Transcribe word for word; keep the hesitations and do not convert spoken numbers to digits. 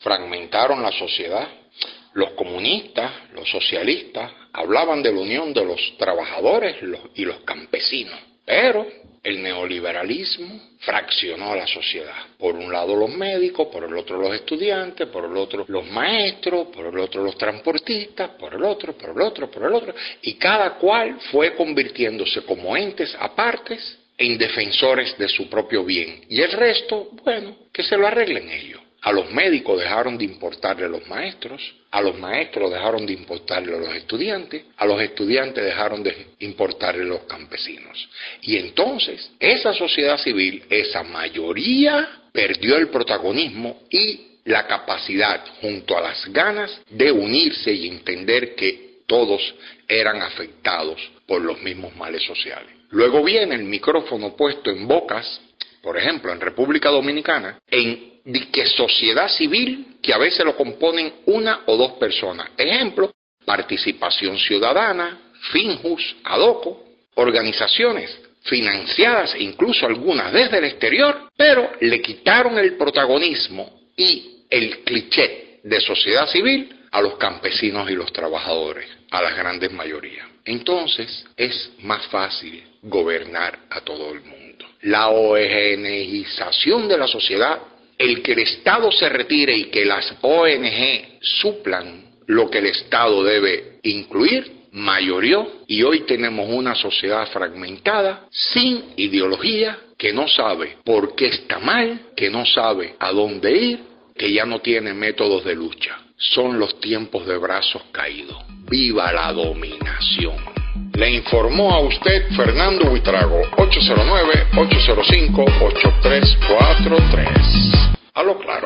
fragmentaron la sociedad. Los comunistas, los socialistas, hablaban de la unión de los trabajadores y los campesinos, pero el neoliberalismo fraccionó a la sociedad. Por un lado los médicos, por el otro los estudiantes, por el otro los maestros, por el otro los transportistas, por el otro, por el otro, por el otro, y cada cual fue convirtiéndose como entes apartes en defensores de su propio bien. Y el resto, bueno, que se lo arreglen ellos. A los médicos dejaron de importarle los maestros, a los maestros dejaron de importarle los estudiantes, a los estudiantes dejaron de importarle los campesinos. Y entonces, esa sociedad civil, esa mayoría, perdió el protagonismo y la capacidad, junto a las ganas, de unirse y entender que todos eran afectados por los mismos males sociales. Luego viene el micrófono puesto en bocas, por ejemplo, en República Dominicana, en de que sociedad civil, que a veces lo componen una o dos personas. Ejemplo, Participación Ciudadana, Finjus, ADOCO, organizaciones financiadas incluso algunas desde el exterior, pero le quitaron el protagonismo y el cliché de sociedad civil a los campesinos y los trabajadores, a las grandes mayorías. Entonces es más fácil gobernar a todo el mundo. La homogeneización de la sociedad, el que el Estado se retire y que las O N G suplan lo que el Estado debe incluir, mayorió, y hoy tenemos una sociedad fragmentada, sin ideología, que no sabe por qué está mal, que no sabe a dónde ir, que ya no tiene métodos de lucha. Son los tiempos de brazos caídos. ¡Viva la dominación! Le informó a usted Fernando Buitrago, ocho cero nueve, ocho cero cinco, ocho tres cuatro tres. A lo claro.